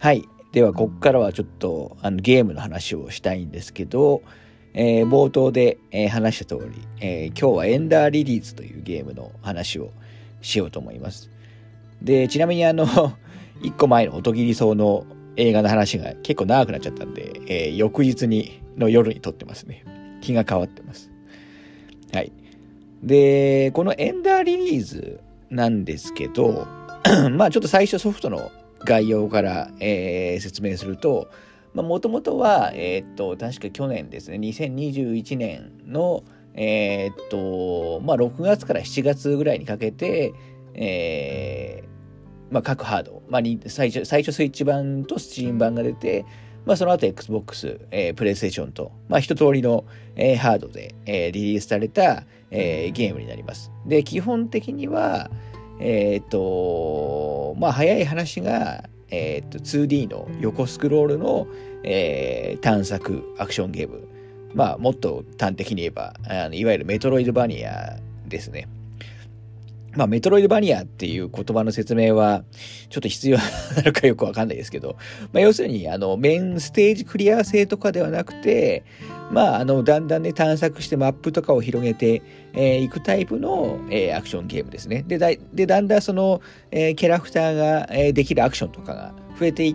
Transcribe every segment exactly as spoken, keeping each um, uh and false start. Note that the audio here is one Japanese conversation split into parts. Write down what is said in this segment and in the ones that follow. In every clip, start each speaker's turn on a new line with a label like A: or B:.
A: はい。では、ここからはちょっとあのゲームの話をしたいんですけど、えー冒頭で、えー話した通り、えー今日はエンダーリリースというゲームの話をしようと思います。で、ちなみにあの、いっこまえの音切り草の映画の話が結構長くなっちゃったんで、えー翌日にの夜に撮ってますね。気が変わってます。はい。で、このエンダーリリースなんですけど、まあちょっと最初ソフトの概要から、えー説明すると、もともとは、えーっと、確か去年ですね、にせんにじゅういちねんの、えーっと、まあろくがつからしちがつぐらいにかけて、えーまあ各ハード、まあに最初、最初スイッチ版とスチーム版が出て、まあその後 Xbox、えー、プレイステーションと、まあ一通りの、えーハードで、えーリリースされた、えーゲームになります。で、基本的には、えっと、まあ、早い話が、えっと、ツーディー の横スクロールの、えー探索アクションゲーム。まあ、もっと端的に言えば、あのいわゆるメトロイドバニアですね。まあ、メトロイドバニアっていう言葉の説明は、ちょっと必要なのかよくわかんないですけど、まあ、要するに、あの、メインステージクリア性とかではなくて、まあ、あの、だんだんね、探索してマップとかを広げてい、えーくタイプの、えーアクションゲームですね。で、だでだんだんその、えーキャラクターが、えーできるアクションとかが増えていって、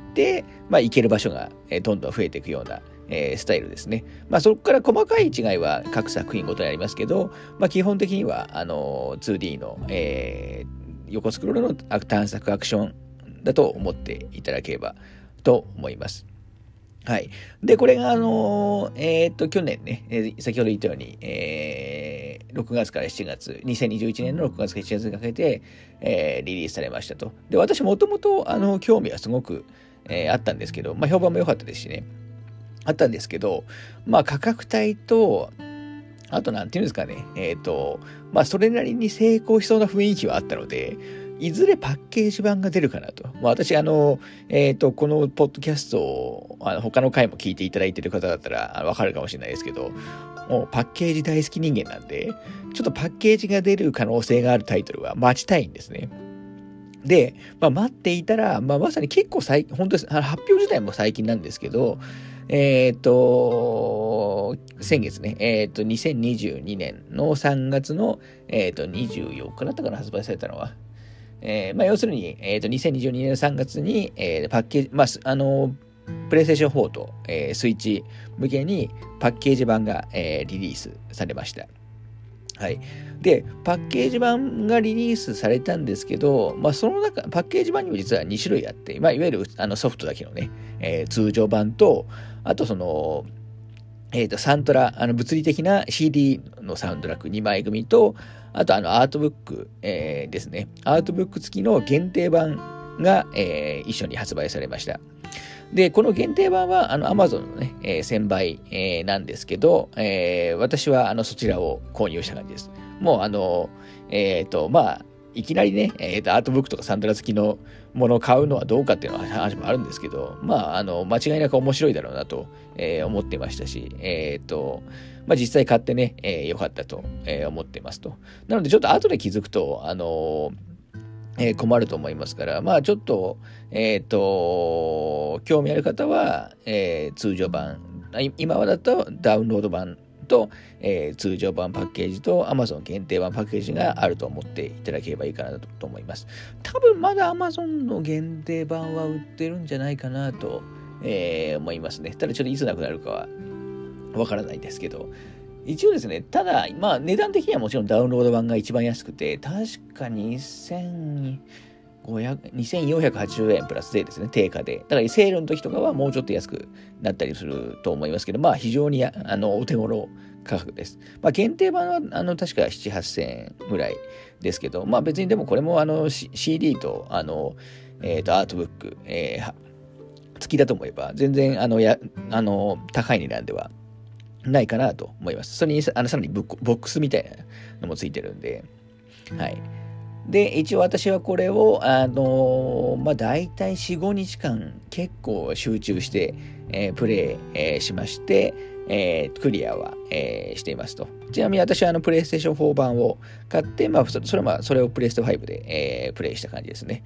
A: まあ、行ける場所が、えーどんどん増えていくような、えースタイルですね。まあ、そこから細かい違いは各作品ごとにありますけど、まあ、基本的には、あの、ツーディー の、えー横スクロールの探索アクションだと思っていただければと思います。はい。で、これが、あのーえーっと、去年ね、えー先ほど言ったように、えーろくがつからしちがつ、にせんにじゅういちねんのろくがつからしちがつにかけて、えーリリースされましたと。で、私もともと、あの、興味はすごく、えーあったんですけど、まあ、評判も良かったですしね。あったんですけど、まあ、価格帯と、あと、なんていうんですかね、えっと、まあ、それなりに成功しそうな雰囲気はあったので、いずれパッケージ版が出るかなと。まあ、私、あの、えっと、このポッドキャストを、あの他の回も聞いていただいている方だったらあわかるかもしれないですけど、もうパッケージ大好き人間なんで、ちょっとパッケージが出る可能性があるタイトルは待ちたいんですね。で、まあ、待っていたら、まあ、まさに結構最近、本当です、あの発表自体も最近なんですけど、えっと、先月ね、えっと、にせんにじゅうにねんのさんがつの、えっと、にじゅうよっかだったかな、発売されたのは。えーまあ、要するに、えっと、にせんにじゅうにねんのさんがつに、えーパッケージ、まあ、すあの、プレイステーションフォーと、えースイッチ向けにパッケージ版が、えーリリースされました。はい。で、パッケージ版がリリースされたんですけど、まあ、その中、パッケージ版にも実はに種類あって、まあ、いわゆるあのソフトだけのね、えー通常版と、あとその、えっと、サントラ、あの物理的な シーディー のサウンドラックにまい組と、あとあのアートブック、えーですね。アートブック付きの限定版が、えー一緒に発売されました。で、この限定版は、あの、Amazon のね、えー専売、えーなんですけど、えー私は、あの、そちらを購入した感じです。もう、あの、えっと、まあ、いきなりね、えっと、アートブックとかサントラ付きのものを買うのはどうかっていうのは話もあるんですけど、まあ、あの、間違いなく面白いだろうなと、えー思ってましたし、えっと、まあ、実際買ってね、えーよかったと、えー思ってますと。なので、ちょっと後で気づくと、あのえー困ると思いますから、まあちょっと、えっと、興味ある方は、えー通常版、い今はだとダウンロード版と、えー通常版パッケージと Amazon 限定版パッケージがあると思っていただければいいかなと、と思います。多分まだ Amazon の限定版は売ってるんじゃないかなと、えー思いますね。ただちょっといつなくなるかはわからないですけど、一応ですね、ただ、まあ値段的にはもちろんダウンロード版が一番安くて、確かにせんごひゃく、にせんよんひゃくはちじゅうえんプラス税ですね、定価で。だからセールの時とかはもうちょっと安くなったりすると思いますけど、まあ非常にあのお手頃価格です。まあ限定版はあの確かなな、はっせんえんぐらいですけど、まあ別にでもこれもあの シーディー とあの、えっと、アートブック、えー付きだと思えば、全然あのやあの高い値段ではないかなと思います。それにあのさらにボックスみたいなのもついてるんで、はい。で、一応私はこれを、あのーまあ、大体よん、ごにちかん結構集中して、えープレイ、えーしまして、えークリアは、えーしていますと。ちなみに私はあのプレイステーションフォー版を買って、まあ、そそれはまあそれをプレイステファイブで、えープレイした感じですね。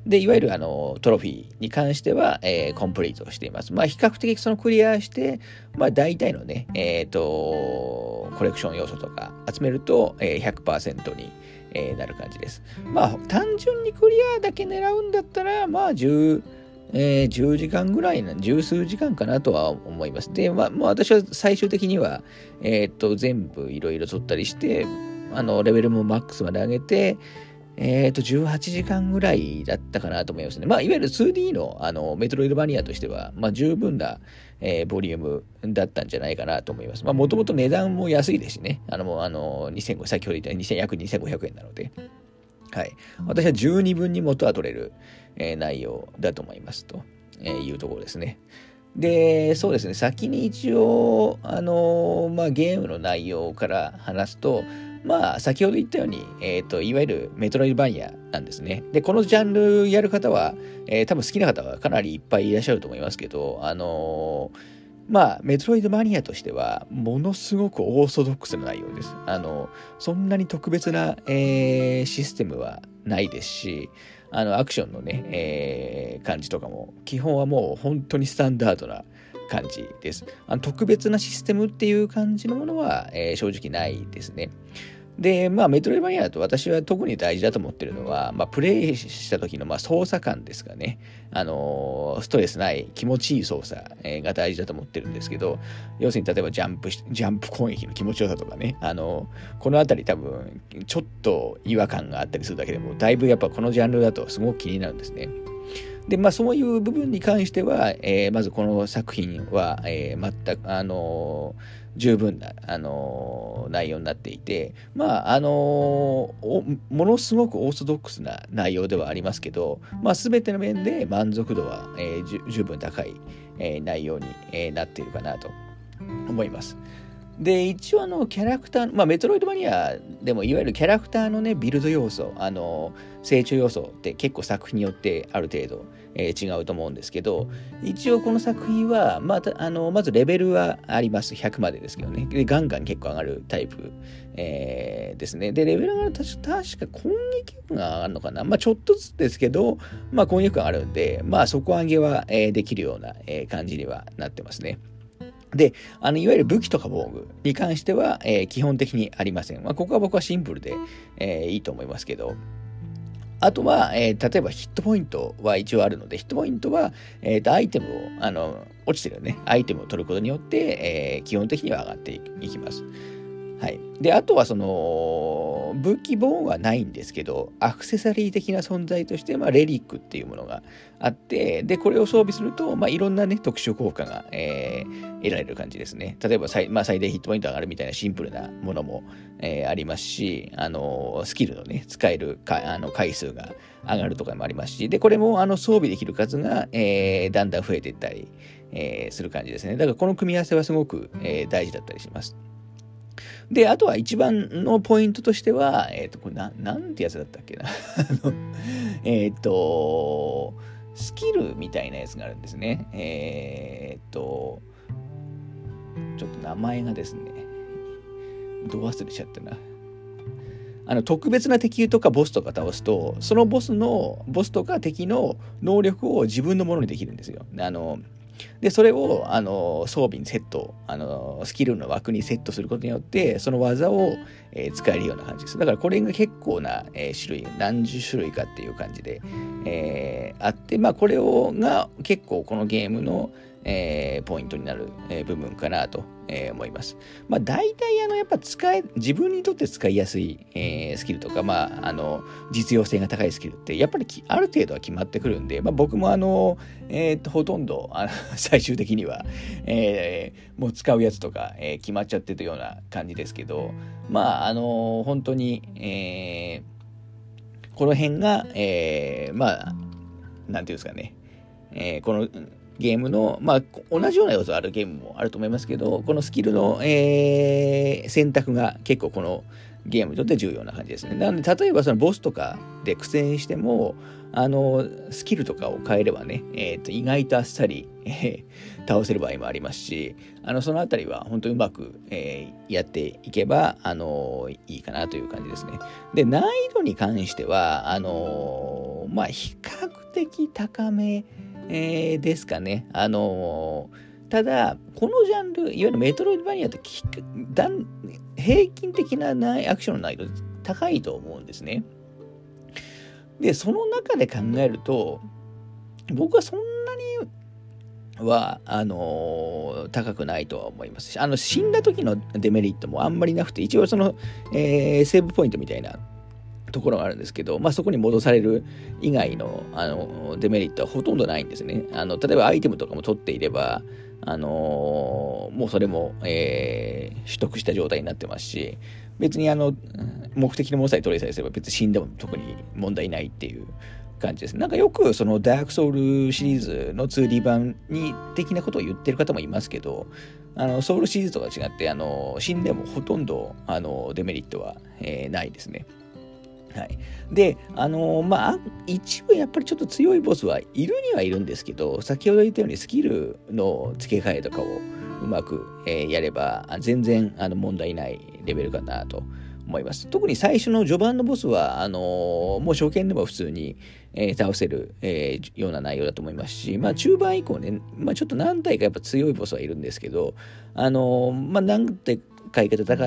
A: で、いわゆるあのトロフィーに関しては、えー、コンプリートしています。まあ、比較的そのクリアして、まあ、大体のね、えっと、コレクション要素とか集めると、えー、ひゃくパーセント に、えー、なる感じです。まあ、単純にクリアだけ狙うんだったら、まあ、10、えー、じゅうじかんぐらいな、十数時間かなとは思います。で、まあ、もう私は最終的には、えっと、全部いろいろ取ったりして、あの、レベルもマックスまで上げて、えっと、じゅうはちじかんぐらいだったかなと思いますね。まあ、いわゆる ツーディー の、あの、メトロイドバニアとしては、まあ、十分な、えー、ボリュームだったんじゃないかなと思います。まあ、もともと値段も安いですしね。あの、もう、あの、にせんごひゃく、先ほど言ったにせん約にせんごひゃくえんなので。はい。私は十二分に元は取れる、えー、内容だと思いますと、えー、いうところですね。で、そうですね。先に一応、あのー、まあ、ゲームの内容から話すと、まあ、先ほど言ったように、えっと、いわゆるメトロイドバニアなんですね。で、このジャンルやる方は、えー、多分好きな方はかなりいっぱいいらっしゃると思いますけど、あのー、まあ、メトロイドバニアとしては、ものすごくオーソドックスな内容です。あの、そんなに特別な、えー、システムはないですし、あの、アクションのね、えー、感じとかも、基本はもう本当にスタンダードな感じです。あの特別なシステムっていう感じのものは、えー、正直ないですね。で、まあ、メトロイドバニアだと私は特に大事だと思ってるのは、まあ、プレイした時の、まあ、操作感ですかね。あのー、ストレスない気持ちいい操作が大事だと思ってるんですけど、要するに例えばジャンプ、ジャンプ攻撃の気持ちよさとかね、あのー、このあたり多分、ちょっと違和感があったりするだけでも、だいぶやっぱこのジャンルだとすごく気になるんですね。で、まあ、そういう部分に関しては、えー、まずこの作品は、えー、全く、あのー、十分な、あのー、内容になっていて、まあ、あのー、ものすごくオーソドックスな内容ではありますけど、まあ、全ての面で満足度は、えー、十分高い、えー、内容に、えー、なっているかなと思います。で、一応あの、キャラクター、まあ、メトロイドバニアでもいわゆるキャラクターのね、ビルド要素、あの、成長要素って結構作品によってある程度、えー、違うと思うんですけど、一応この作品は、まあ、あの、まずレベルはあります。ひゃくまでですけどね。で、ガンガン結構上がるタイプ、えー、ですね。で、レベルが確か攻撃力が上がるのかな。まあ、ちょっとずつですけど、まあ、攻撃力が上がるんで、まあ、底上げは、えー、できるような、えー、感じにはなってますね。で、あの、いわゆる武器とか防具に関しては、えー、基本的にありません。まあ、ここは僕はシンプルで、えー、いいと思いますけど、あとは、えー、例えばヒットポイントは一応あるので、ヒットポイントは、えーと、アイテムを、あの、落ちてるね、アイテムを取ることによって、えー、基本的には上がっていきます。はい。で、あとはその、武器防具はないんですけど、アクセサリー的な存在として、まあ、レリックっていうものがあって、で、これを装備すると、まあ、いろんなね、特殊効果が、えー、得られる感じですね。例えば最、まあ、最大ヒットポイント上がるみたいなシンプルなものも、えー、ありますし、あの、スキルのね、使えるかあの回数が上がるとかもありますし、で、これも、あの、装備できる数が、えー、だんだん増えていったり、えー、する感じですね。だから、この組み合わせはすごく、えー、大事だったりします。で、あとは一番のポイントとしては、えっと、これな、なんてやつだったっけな。あの、えっと、スキルみたいなやつがあるんですね。えっと、ちょっと名前がですね、ど忘れしちゃったな。あの、特別な敵とかボスとか倒すと、そのボスの、ボスとか敵の能力を自分のものにできるんですよ。あの、で、それを、あの、装備にセット、あの、スキルの枠にセットすることによって、その技を、えー、使えるような感じです。だからこれが結構な、えー、種類、何十種類かっていう感じで、えー、あって、まあ、これを、が結構このゲームの、えー、ポイントになる、えー、部分かなと、えー、思います。まあ、大体、あの、やっぱ使え、自分にとって使いやすい、えー、スキルとか、まあ、あの、実用性が高いスキルって、やっぱりある程度は決まってくるんで、まあ、僕もあの、えっと、ほとんど、あの最終的には、えー、もう使うやつとか、えー、決まっちゃってるような感じですけど、まあ、あの、本当に、えー、この辺が、えー、まあ、なんていうんですかね、えー、この、ゲームの、まあ、同じような要素あるゲームもあると思いますけど、このスキルの、えー、選択が結構このゲームにとって重要な感じですね。なので、例えばそのボスとかで苦戦しても、あの、スキルとかを変えればね、えー、と意外とあっさり、えー、倒せる場合もありますし、あの、そのあたりは本当にうまく、えー、やっていけば、あの、いいかなという感じですね。で、難易度に関しては、あの、 のー、まあ比較的高め、えー、ですかね。あのー、ただこのジャンル、いわゆるメトロイドバニアって平均的なアクションの難易度高いと思うんですね。でその中で考えると僕はそんなにはあのー、高くないとは思いますし、あの死んだ時のデメリットもあんまりなくて、一応その、えー、セーブポイントみたいなところがあるんですけど、まあ、そこに戻される以外の、あのデメリットはほとんどないんですね。あの例えばアイテムとかも取っていれば、あのー、もうそれも、えー、取得した状態になってますし、別にあの目的のものさえ取りさえすれば別に死んでも特に問題ないっていう感じです。なんかよくそのダークソウルシリーズの ツーディー 版に的なことを言ってる方もいますけど、あのソウルシリーズとは違ってあの死んでもほとんどあのデメリットは、えー、ないですね。はい、であのまあ一部やっぱりちょっと強いボスはいるにはいるんですけど、先ほど言ったようにスキルの付け替えとかをうまく、えー、やれば全然あの問題ないレベルかなと思います。特に最初の序盤のボスはあのー、もう初見でも普通に、えー、倒せる、えー、ような内容だと思いますし、まあ中盤以降ね、まあ、ちょっと何体かやっぱ強いボスはいるんですけど、あのー、まあ何体回で戦って、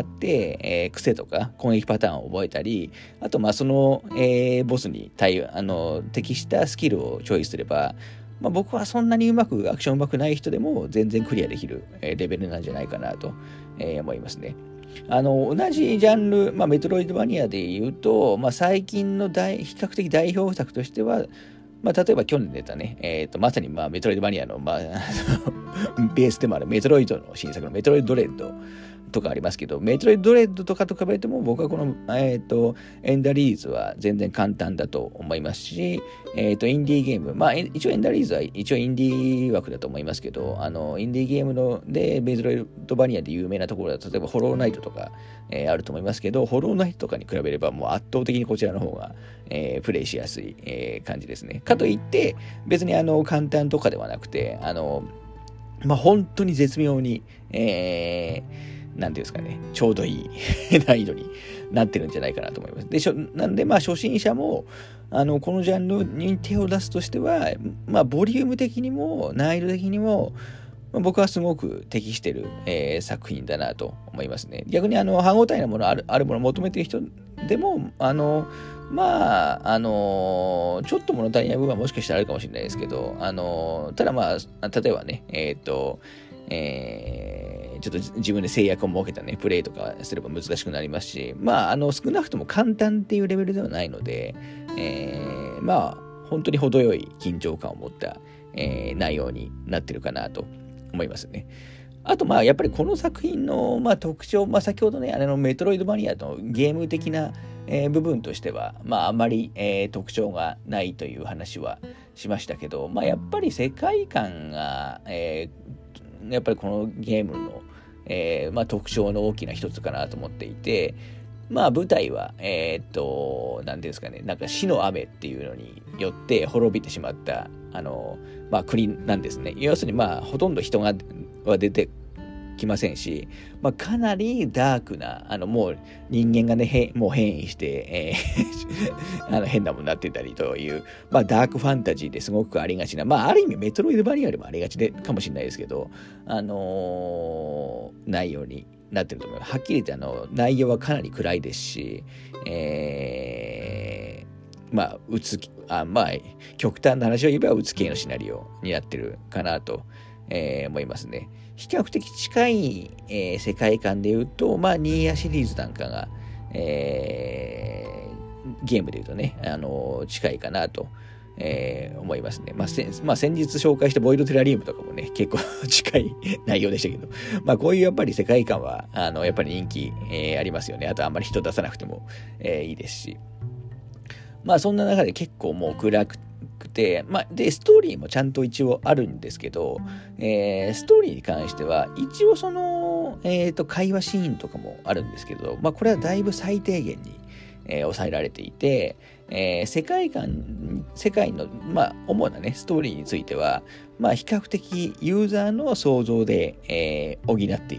A: えー、癖とか攻撃パターンを覚えたり、あとまあその、えー、ボスに対あの適したスキルをチョイスすれば、まあ、僕はそんなにうまくアクションうまくない人でも全然クリアできる、えー、レベルなんじゃないかなと、えー、思いますね。あの同じジャンル、まあ、メトロイドバニアでいうと、まあ、最近の大比較的代表作としては、まあ、例えば去年出たね、えー、とまさにまあメトロイドバニアの、まあ、ベースでもあるメトロイドの新作のメトロイドドレッドとかありますけど、メトロイドドレッドとかと比べても僕はこの、えー、とエンダリーズは全然簡単だと思いますし、えー、とインディーゲーム、まあ一応エンダリーズは一応インディー枠だと思いますけど、あのインディーゲームのでメトロイドバニアで有名なところだと例えばホローナイトとか、えー、あると思いますけど、ホローナイトとかに比べればもう圧倒的にこちらの方が、えー、プレイしやすい、えー、感じですね。かといって別にあの簡単とかではなくて、あのまあ本当に絶妙に、えーなんていうんですかね、ちょうどいい難易度になってるんじゃないかなと思います。で、しょなんで、まあ、初心者も、あの、このジャンルに手を出すとしては、まあ、ボリューム的にも、難易度的にも、まあ、僕はすごく適してる、えー、作品だなと思いますね。逆に、あの、歯応えのもの、ある、あるものを求めている人でも、あの、まあ、あのちょっと物足りない部分はもしかしたらあるかもしれないですけど、あのただまあ、例えばね、えっと、えー、ちょっと自分で制約を設けたね、プレイとかすれば難しくなりますし、まあ、あの、少なくとも簡単っていうレベルではないので、えー、まあ、本当に程よい緊張感を持った、えー、内容になってるかなと思いますね。あと、まあ、やっぱりこの作品の、まあ、特徴、まあ、先ほどね、あの、メトロイドバニアのゲーム的な、えー、部分としては、まあ、あまり、えー、特徴がないという話はしましたけど、まあ、やっぱり世界観が、えー、やっぱりこのゲームの、えーまあ、特徴の大きな一つかなと思っていて、まあ舞台は、えー、っと、なんていうんですかね、なんか死の雨っていうのによって滅びてしまった、あの、まあ国なんですね。要するにまあほとんど人がは出てきませんし、まあかなりダークな、あのもう人間がね、へもう変異して、えー、あの変なものになってたりという、まあダークファンタジーですごくありがちな、まあある意味メトロイドバニアよりもありがちでかもしれないですけど、あのー、内容になってると思います。はっきり言ってあの内容はかなり暗いですし、えー、まあうつあまあ極端な話を言えばうつ系のシナリオになってるかなと、えー、思いますね。比較的近い、えー、世界観で言うと、まあニーヤシリーズなんかが、えー、ゲームで言うとね、あのー、近いかなと。えー、思いますね。まあ、せまあ、先日紹介したボイドテラリウムとかもね、結構近い内容でしたけど、まあ、こういうやっぱり世界観は、あの、やっぱり人気、えー、ありますよね。あとあんまり人出さなくても、えー、いいですし。まあ、そんな中で結構もう暗くて、まあ、で、ストーリーもちゃんと一応あるんですけど、えー、ストーリーに関しては、一応その、えっと、会話シーンとかもあるんですけど、まあ、これはだいぶ最低限に、えー、抑えられていて、えー、世界観、世界の、まあ、主なね、ストーリーについては、まあ、比較的ユーザーの想像で、えー、補っていく、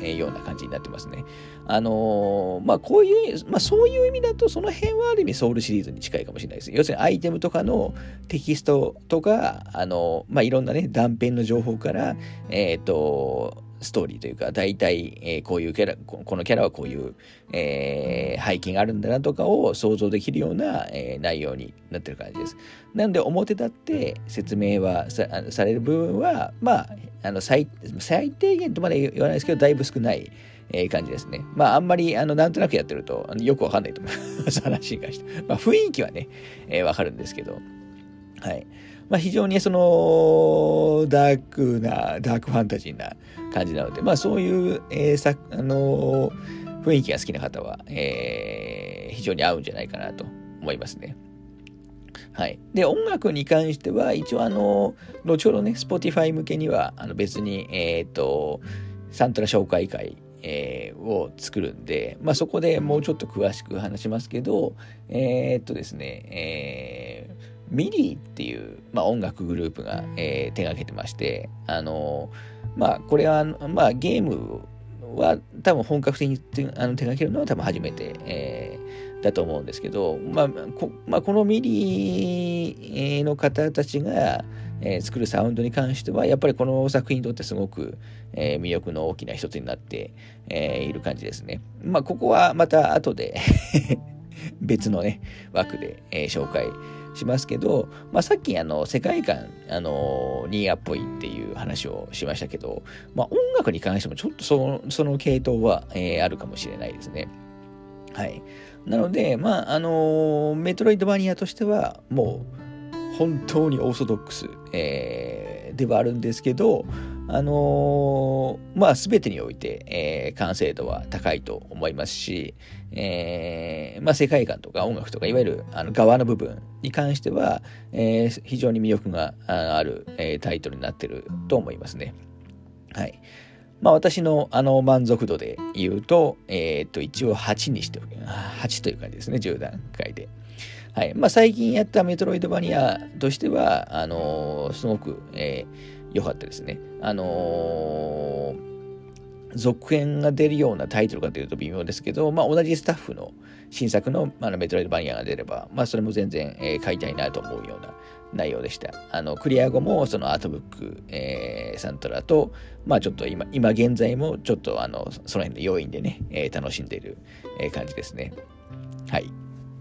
A: ような感じになってますね。あのー、まあこういう、まあそういう意味だとその辺はある意味ソウルシリーズに近いかもしれないです。要するにアイテムとかのテキストとか、あのー、まあいろんなね、断片の情報から、えっと、ストーリーというか、大体、えー、こういうキャラ、このキャラはこういう、えー、背景があるんだなとかを想像できるような、えー、内容になってる感じです。なので、表立って説明は さ, される部分は、まあ、あの 最, 最低限とまで言わないですけど、だいぶ少ない、えー、感じですね。まあ、あんまり、あの、なんとなくやってると、よくわかんないと思います。話がして。まあ、雰囲気はね、えー、わかるんですけど、はい。まあ、非常にそのダークなダークファンタジーな感じなので、まあそういう、えー、さあのー、雰囲気が好きな方は、えー、非常に合うんじゃないかなと思いますね。はい。で、音楽に関しては一応あの後ほどね Spotify 向けにはあの別にえっとサントラ紹介会えー、を作るんで、まあそこでもうちょっと詳しく話しますけど、えー、っとですね、えーミリーっていう、まあ、音楽グループが、えー、手がけてまして、あのー、まあ、これは、まあ、ゲームは多分本格的に手あの手がけるのは多分初めて、えー、だと思うんですけど、まあこまあ、このミリーの方たちが、えー、作るサウンドに関しては、やっぱりこの作品にとってすごく、えー、魅力の大きな一つになって、えー、いる感じですね。まあ、ここはまた後で別のね、枠で、えー、紹介しますけど、まあ、さっきあの世界観、あのニーアっぽいっていう話をしましたけど、まあ、音楽に関してもちょっとそのその系統は、えー、あるかもしれないですね。はい。なので、まあ、あのメトロイドバニアとしては、もう本当にオーソドックス、えー、ではあるんですけど、あのー、まあ、すべてにおいて、えー、完成度は高いと思いますし、えー、まあ、世界観とか音楽とか、いわゆるあの側の部分に関しては、えー、非常に魅力がある、えー、タイトルになっていると思いますね。はい。まあ、私のあの満足度で言うと、えー、っと、一応はちにしておきます。はちという感じですね、じゅう段階で。はい。まあ、最近やったメトロイドバニアとしては、あのー、すごく、えー良かったですね。あのー、続編が出るようなタイトルかというと微妙ですけど、まあ、同じスタッフの新作の、まあ、メトロイドバニアが出れば、まあ、それも全然、えー、買いたいなと思うような内容でした。あのクリア後もそのアートブック、えー、サントラと、まあ、ちょっと今今現在もちょっとあのその辺の要因でね、えー、楽しんでいる、えー、感じですね。はい。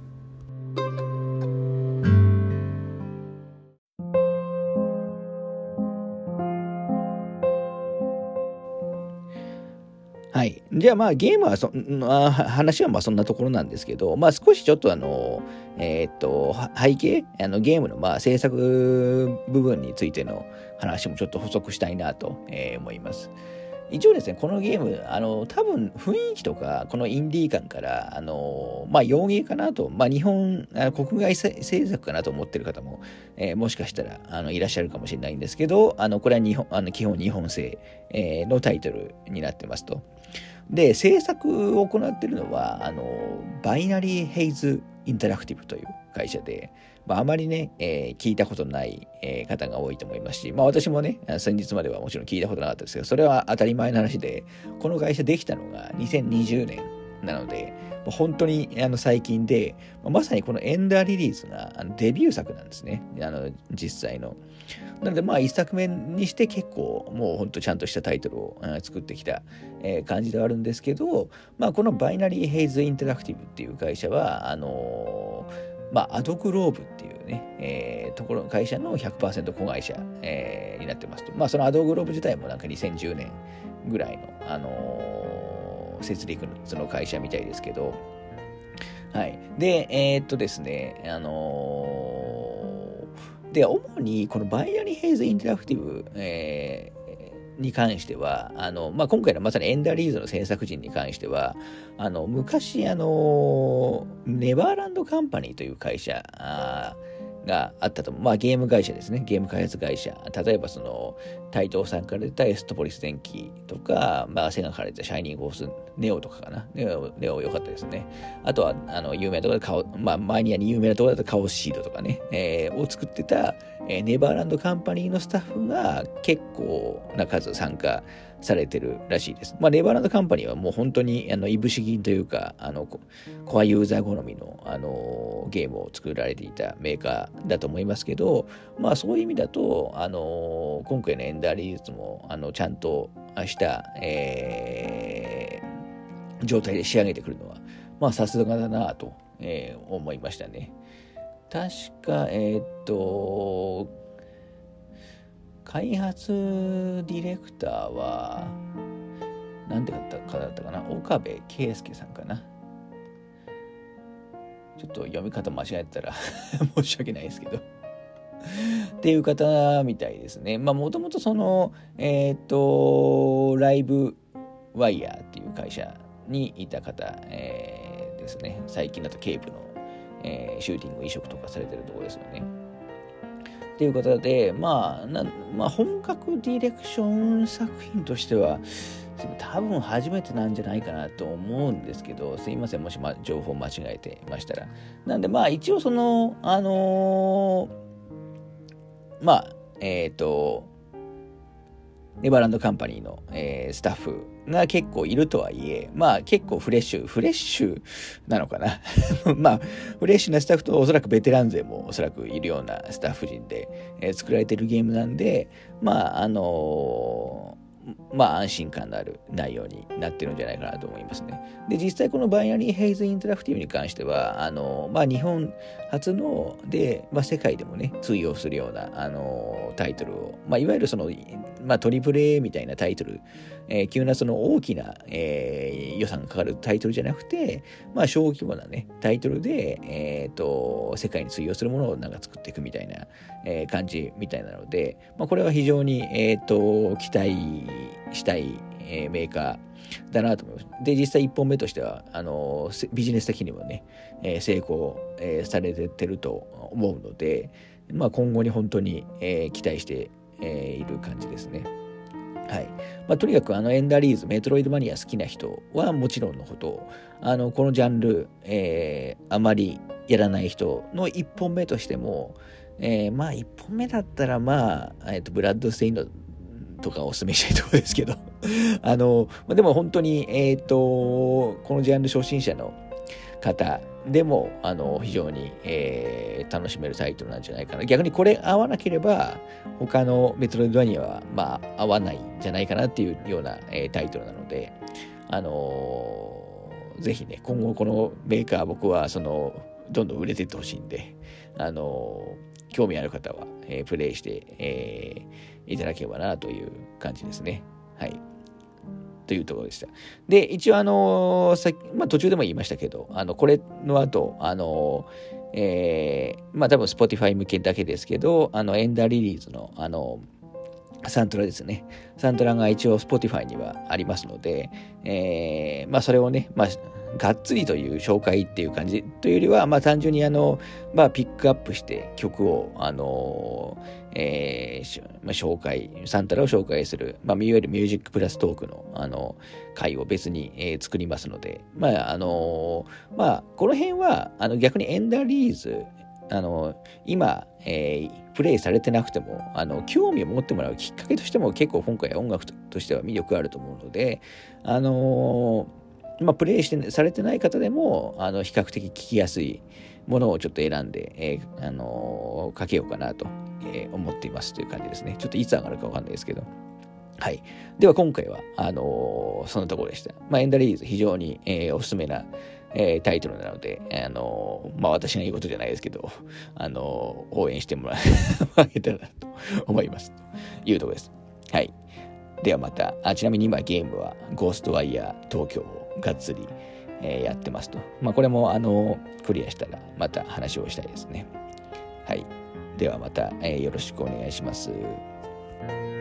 A: はい。じゃあまあゲームはそ、まあ、話はまあそんなところなんですけど、まあ少しちょっとあの、えー、っと、背景、あのゲームのまあ制作部分についての話もちょっと補足したいなと、えー、思います。一応ですね、このゲーム、あの、多分雰囲気とか、このインディー感から、あの、まあ、洋芸かなと、まあ、日本、あの国外制作かなと思ってる方も、えー、もしかしたら、あの、いらっしゃるかもしれないんですけど、あの、これは日本、あの、基本日本製、えー、のタイトルになってますと。で、制作を行っているのは、あの、バイナリーヘイズインタラクティブという会社で、まあ、あまりね、えー、聞いたことない、えー、方が多いと思いますし、まあ私もね、先日まではもちろん聞いたことなかったですけど、それは当たり前の話で、この会社できたのがにせんにじゅうねんなので、本当にあの最近で、まさにこのエンダーリリースがあのデビュー作なんですね。あの実際の。なのでまあ一作目にして結構もう本当ちゃんとしたタイトルを作ってきた感じではあるんですけど、まあこのバイナリーヘイズインタラクティブっていう会社は、あのー、まあ、アドグローブっていうね、えー、ところの会社の ひゃくパーセント 子会社、えー、になってますと。まあ、そのアドグローブ自体もなんかにせんじゅうねんぐらいの、あのー、設立の会社みたいですけど、はい。で、えー、っとですね、あのー、で、主にこのバイナリーヘイズインタラクティブ、えーに関しては、あの、まあ、今回のまさにエンダーリーズの制作陣に関しては、あの、昔、あの、ネバーランドカンパニーという会社があったと思う。まあ、ゲーム会社ですね。ゲーム開発会社。例えば、その、台東さんから出たエストポリス電機とか、まあ、セガから出たシャイニングホース、ネオとかかな。ネオ、ネオ良かったですね。あとは、あの、有名なところでカオ、まあ、マニアに有名なところだとカオスシードとかね、えー、を作ってた、 えー、ネバーランドカンパニーのスタッフが結構な数参加されてるらしいです。まあ、ネバーランドカンパニーはもう本当にあのいぶし銀というか、あのコアユーザー好みの、あのゲームを作られていたメーカーだと思いますけど、まあそういう意味だと、あの今回のエンダーリリースもあのちゃんとした、えー、状態で仕上げてくるのは、まあさすがだなと、えー、思いましたね。確か、えー、っと、開発ディレクターは、なんて方だったかな、岡部圭介さんかな。ちょっと読み方間違えたら申し訳ないですけどっていう方みたいですね。まあもともとその、えー、っと、ライブワイヤーっていう会社にいた方、えー、ですね。最近だとケープの、えー、シューティング移植とかされてるところですよね。っていうことで、まあ、なまあ、本格ディレクション作品としては、多分初めてなんじゃないかなと思うんですけど、すいません、もし、ま、情報間違えてましたら。なんで、まあ、一応その、あのー、まあ、えっと、ネバーランドカンパニーの、えー、スタッフが結構いるとはいえ、まあ結構フレッシュ、フレッシュなのかなまあ、フレッシュなスタッフとおそらくベテラン勢もおそらくいるようなスタッフ陣で、えー、作られているゲームなんで、まあ、あのー、まあ安心感のある内容になってるんじゃないかなと思いますね。で、実際このバイナリーヘイズインタラクティブに関しては、あの、まあ日本初ので、まあ世界でもね、通用するような、あの、タイトルを、まあいわゆるその、まあトリプル A みたいなタイトル、えー、急なその大きな、えー、予算がかかるタイトルじゃなくて、まあ小規模なね、タイトルで、えっと、世界に通用するものをなんか作っていくみたいな、えー、感じみたいなので、まあこれは非常に、えっと、期待したい、えー、メーカーだなと思います。で、実際いっぽんめとしては、あのー、ビジネス的にもね、えー、成功、えー、されてると思うので、まあ、今後に本当に、えー、期待して、えー、いる感じですね。はい。まあ、とにかくあのエンダーリーズ、メトロイドマニア好きな人はもちろんのこと、あの、このジャンル、えー、あまりやらない人のいっぽんめとしても、えー、まあいっぽんめだったらまあ、えっと、ブラッドステインのとかお勧めしたいところですけどあの、でも本当に、えっと、このジャンル初心者の方でも、あの、非常に、えー、楽しめるタイトルなんじゃないかな。逆にこれ合わなければ、他のメトロイドマニアは、まあ、合わないんじゃないかなっていうような、えー、タイトルなので、あのー、ぜひね、今後このメーカー、僕は、その、どんどん売れていってほしいんで、あのー、興味ある方は、えー、プレイして、えーいただければなという感じですね。はい。というところでした。で、一応あのー、さっき、まあ途中でも言いましたけど、あの、これの後、あのー、えー、まあ多分 Spotify 向けだけですけど、あの、エンダーリリーズの、あのー、サントラですね。サントラが一応 Spotify にはありますので、えー、まあそれをね、まあ、がっつりという紹介っていう感じというよりは、まあ単純にあの、まあピックアップして曲を、あの、えーまあ、紹介、サンタラを紹介する、まあいわゆるミュージックプラストークの、あの、回を別に、えー、作りますので、まああの、まあこの辺は、あの逆にエンダーリーズ、あの、今、えー、プレイされてなくても、あの、興味を持ってもらうきっかけとしても結構今回音楽としては魅力あると思うので、あのー、まあ、プレイしてされてない方でも、あの、比較的聞きやすいものをちょっと選んで、えー、あのー、かけようかなと、えー、思っていますという感じですね。ちょっといつ上がるかわかんないですけど。はい。では今回は、あのー、そのところでした。まあ、エンダーリリーズ非常に、えー、おすすめな、えー、タイトルなので、あのー、まあ、私が言うことじゃないですけど、あのー、応援してもらえたらなと思います。というところです。はい。ではまた、あちなみに今ゲームはゴーストワイヤー東京をがっつり、えー、やってますと。まあこれもあのクリアしたらまた話をしたいですね。はい。ではまた、えー、よろしくお願いします。